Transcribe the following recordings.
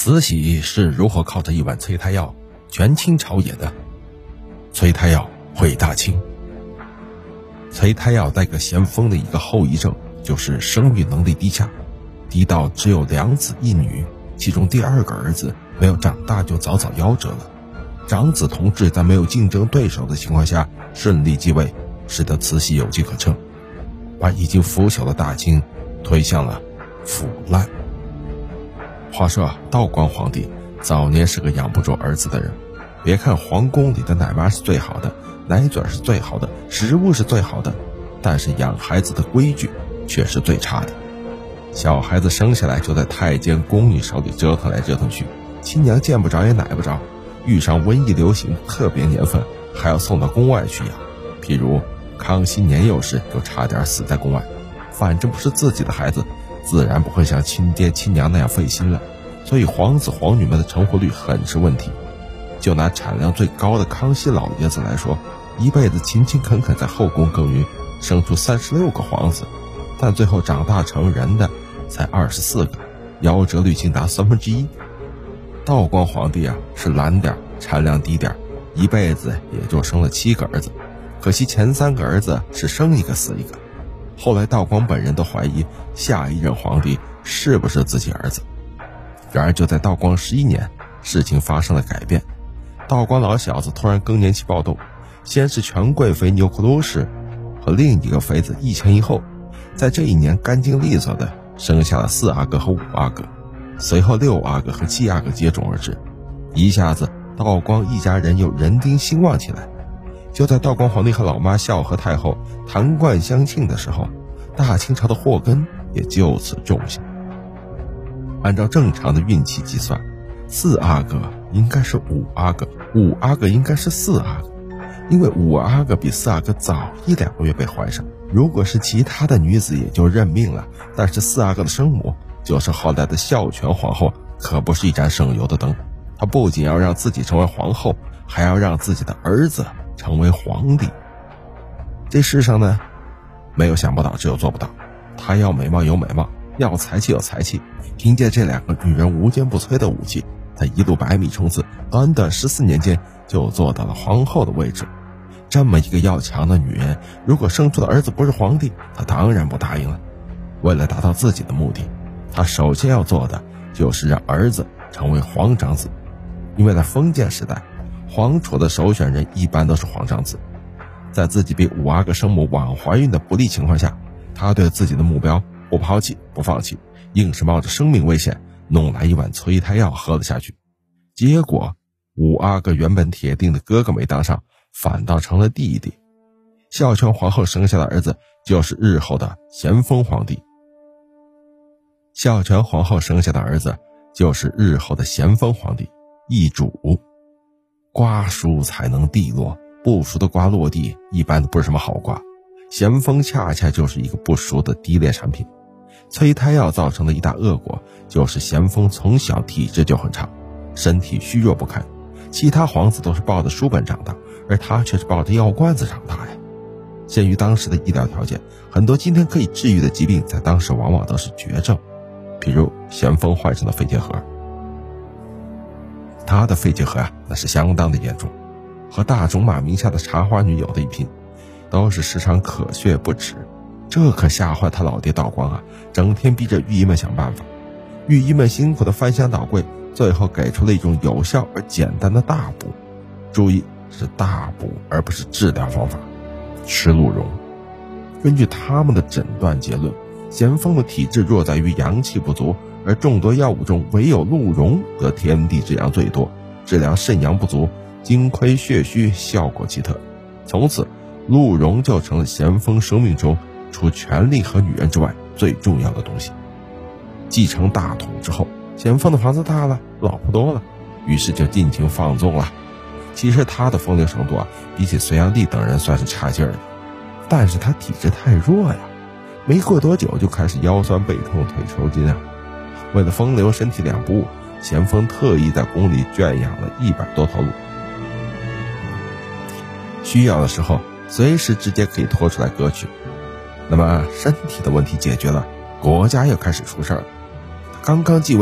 慈禧是如何靠着一碗催胎药权倾朝野的？催胎药毁大清。催胎药带给咸丰的一个后遗症就是生育能力低下，低到只有2子1女，其中第2个儿子没有长大就早早夭折了。长子同治在没有竞争对手的情况下顺利继位，使得慈禧有机可乘，把已经腐朽的大清推向了腐烂。话说道光皇帝早年是个养不住儿子的人，别看皇宫里的奶妈是最好的，奶嘴是最好的，食物是最好的，但是养孩子的规矩却是最差的。小孩子生下来就在太监宫女手里折腾来折腾去，亲娘见不着也奶不着，遇上瘟疫流行特别年份还要送到宫外去养，譬如康熙年幼时就差点死在宫外。反正不是自己的孩子，自然不会像亲爹亲娘那样费心了，所以皇子皇女们的成活率很是问题。就拿产量最高的康熙老爷子来说，一辈子勤勤恳恳在后宫耕耘，生出36个皇子，但最后长大成人的才24个，夭折率竟达1/3。道光皇帝是懒点，产量低点，一辈子也就生了7个儿子，可惜前3个儿子是生一个死一个。后来道光本人都怀疑下一任皇帝是不是自己儿子。然而就在道光11年，事情发生了改变。道光老小子突然更年期暴动，先是权贵妃钮祜禄氏和另一个妃子一前一后，在这一年干净利索的生下了4阿哥和5阿哥，随后6阿哥和7阿哥接踵而至，一下子道光一家人又人丁兴旺起来。就在道光皇帝和老妈孝和太后谈冠相庆的时候，大清朝的祸根也就此种下。按照正常的运气计算，4阿哥应该是5阿哥，5阿哥应该是4阿哥，因为5阿哥比4阿哥早1-2个月被怀上。如果是其他的女子也就认命了，但是4阿哥的生母就是后来的孝全皇后，可不是一盏省油的灯。她不仅要让自己成为皇后，还要让自己的儿子成为皇帝。这世上呢，没有想不到，只有做不到。她要美貌有美貌，要才气有才气，凭借这2个女人无坚不摧的武器，她一路百米冲刺，短短14年间就做到了皇后的位置。这么一个要强的女人，如果生出的儿子不是皇帝，她当然不答应了。为了达到自己的目的，她首先要做的就是让儿子成为皇长子。因为在封建时代，皇储的首选人一般都是皇长子。在自己比5阿哥生母晚怀孕的不利情况下，他对自己的目标不抛弃不放弃，硬是冒着生命危险弄来一碗催胎药喝了下去。结果5阿哥原本铁定的哥哥没当上，反倒成了弟弟。孝全皇后生下的儿子就是日后的咸丰皇帝。孝全皇后生下的儿子就是日后的咸丰皇帝。易主，瓜熟才能地落，不熟的瓜落地一般都不是什么好瓜。咸丰恰恰就是一个不熟的低劣产品。催胎药造成的一大恶果就是咸丰从小体质就很差，身体虚弱不堪。其他皇子都是抱着书本长大，而他却是抱着药罐子长大呀。鉴于当时的医疗条件，很多今天可以治愈的疾病在当时往往都是绝症，比如咸丰患上的肺结核。他的肺结核那是相当的严重，和大仲马名下的茶花女有的一拼，都是时常咳血不止。这可吓坏他老爹道光整天逼着御医们想办法。御医们辛苦的翻箱倒柜，最后给出了一种有效而简单的大补。注意，是大补而不是治疗方法，吃鹿茸。根据他们的诊断结论，咸丰的体质弱在于阳气不足，而众多药物中唯有鹿茸得天地之阳最多，治疗肾阳不足、精亏血虚效果奇特。从此鹿茸就成了咸丰生命中除权力和女人之外最重要的东西。继承大统之后，咸丰的房子大了，老婆多了，于是就尽情放纵了。其实他的风流程度比起隋炀帝等人算是差劲儿的，但是他体质太弱呀，没过多久就开始腰酸背痛腿抽筋为了风流身体2不误，咸丰特意在宫里圈养了100多头鹿，需要的时候随时直接可以拖出来割去。那么身体的问题解决了，国家又开始出事儿了。刚刚继位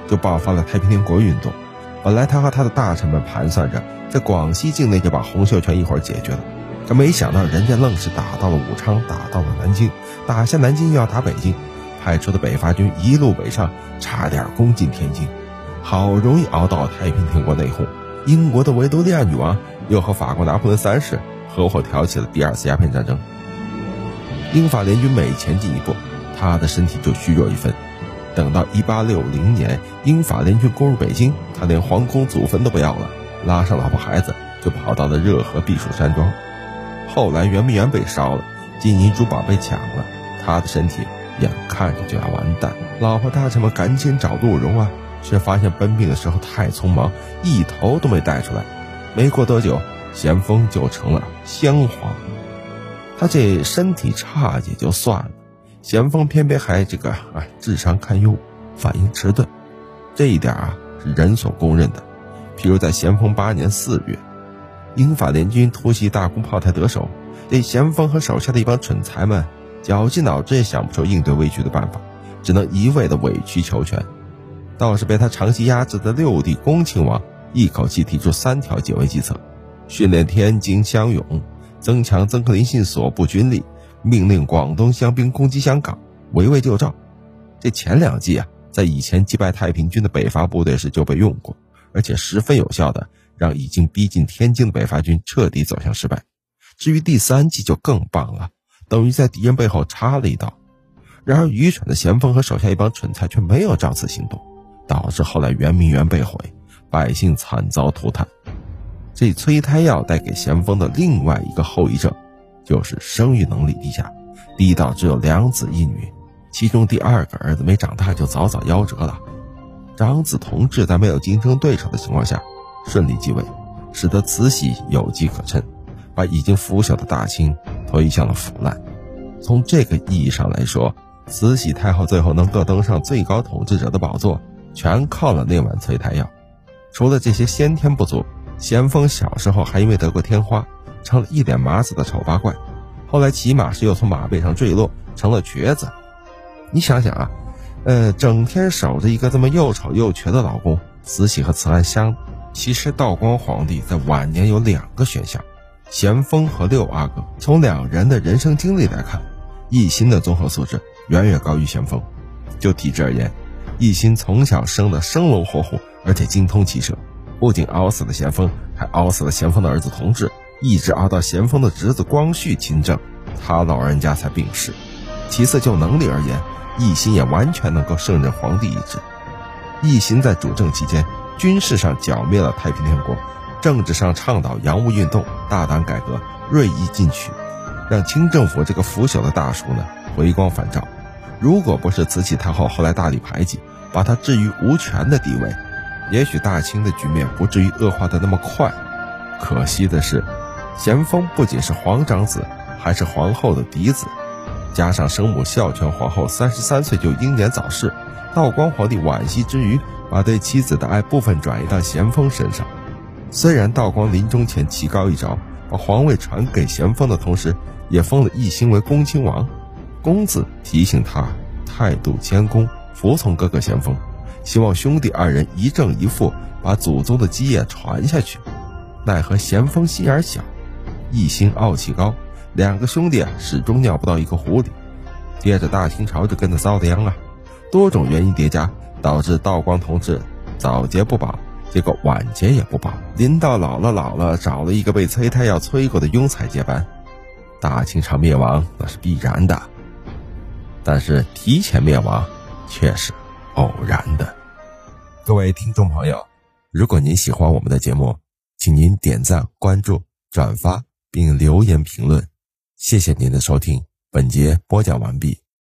就爆发了太平天国运动。本来他和他的大臣们盘算着在广西境内就把洪秀全一会儿解决了，可没想到人家愣是打到了武昌，打到了南京，打下南京又要打北京，派出的北伐军一路北上，差点攻进天津。好容易熬到太平天国内讧，英国的维多利亚女王又和法国拿破仑三世合伙挑起了第二次鸦片战争。英法联军每前进一步，他的身体就虚弱一分。等到1860年英法联军攻入北京，他连皇宫祖坟都不要了，拉上老婆孩子就跑到了热河避暑山庄。后来圆明园被烧了，金银珠宝被抢了，他的身体眼看着就要完蛋。老婆大臣们赶紧找陆荣啊，却发现奔命的时候太匆忙，一头都没带出来。没过多久，咸丰就成了襄皇。他这身体差也就算了，咸丰偏偏还智商堪忧，反应迟钝，这一点是人所公认的。譬如在咸丰8年4月，英法联军突袭大沽炮台得手，这咸丰和手下的一帮蠢材们绞尽脑汁也想不出应对危局的办法，只能一味的委曲求全。倒是被他长期压制的6弟恭亲王一口气提出3条解围计策：训练天津湘勇，增强曾克林信所部军力，命令广东湘兵攻击香港，围魏救赵。这前2计在以前击败太平军的北伐部队时就被用过，而且十分有效的让已经逼近天津的北伐军彻底走向失败。至于第3计就更棒了，等于在敌人背后插了一刀。然而愚蠢的咸丰和手下一帮蠢材却没有照此行动，导致后来圆明园被毁，百姓惨遭涂炭。这催胎药带给咸丰的另外一个后遗症，就是生育能力低下，低到只有2子1女，其中第2个儿子没长大就早早夭折了。长子同治在没有竞争对手的情况下顺利继位，使得慈禧有机可乘，把已经腐朽的大清推向了腐烂。从这个意义上来说，慈禧太后最后能够登上最高统治者的宝座，全靠了那碗催胎药。除了这些先天不足，咸丰小时候还因为得过天花，成了一脸麻子的丑八怪，后来骑马时又从马背上坠落，成了瘸子。你想想整天守着一个这么又丑又瘸的老公，慈禧和慈安相。其实道光皇帝在晚年有2个选项，咸丰和6阿哥。从2人的人生经历来看，奕欣的综合素质远远高于咸丰。就体质而言，奕欣从小生得生龙活虎，而且精通骑射，不仅熬死了咸丰，还熬死了咸丰的儿子同治，一直熬到咸丰的侄子光绪亲政，他老人家才病逝。其次就能力而言，奕欣也完全能够胜任皇帝一职。奕欣在主政期间，军事上剿灭了太平天国，政治上倡导洋务运动，大胆改革，锐意进取，让清政府这个腐朽的大叔回光返照。如果不是慈禧太后后来大力排挤，把他置于无权的地位，也许大清的局面不至于恶化的那么快。可惜的是，咸丰不仅是皇长子，还是皇后的嫡子，加上生母孝全皇后33岁就英年早逝，道光皇帝惋惜之余，把对妻子的爱部分转移到咸丰身上。虽然道光临终前棋高一招，把皇位传给咸丰的同时，也封了奕欣为恭亲王，公字提醒他态度谦恭，服从哥哥咸丰，希望兄弟2人一正一负，把祖宗的基业传下去。奈何咸丰心眼小，奕欣傲气高，2个兄弟始终尿不到一个壶里。接着大清朝就跟着遭殃啊，多种原因叠加，导致道光同治早节不保，结果晚节也不保，临到老了找了一个被催胎药催过的庸才接班。大清朝灭亡那是必然的，但是提前灭亡却是偶然的。各位听众朋友，如果您喜欢我们的节目，请您点赞、关注、转发并留言评论。谢谢您的收听，本节播讲完毕。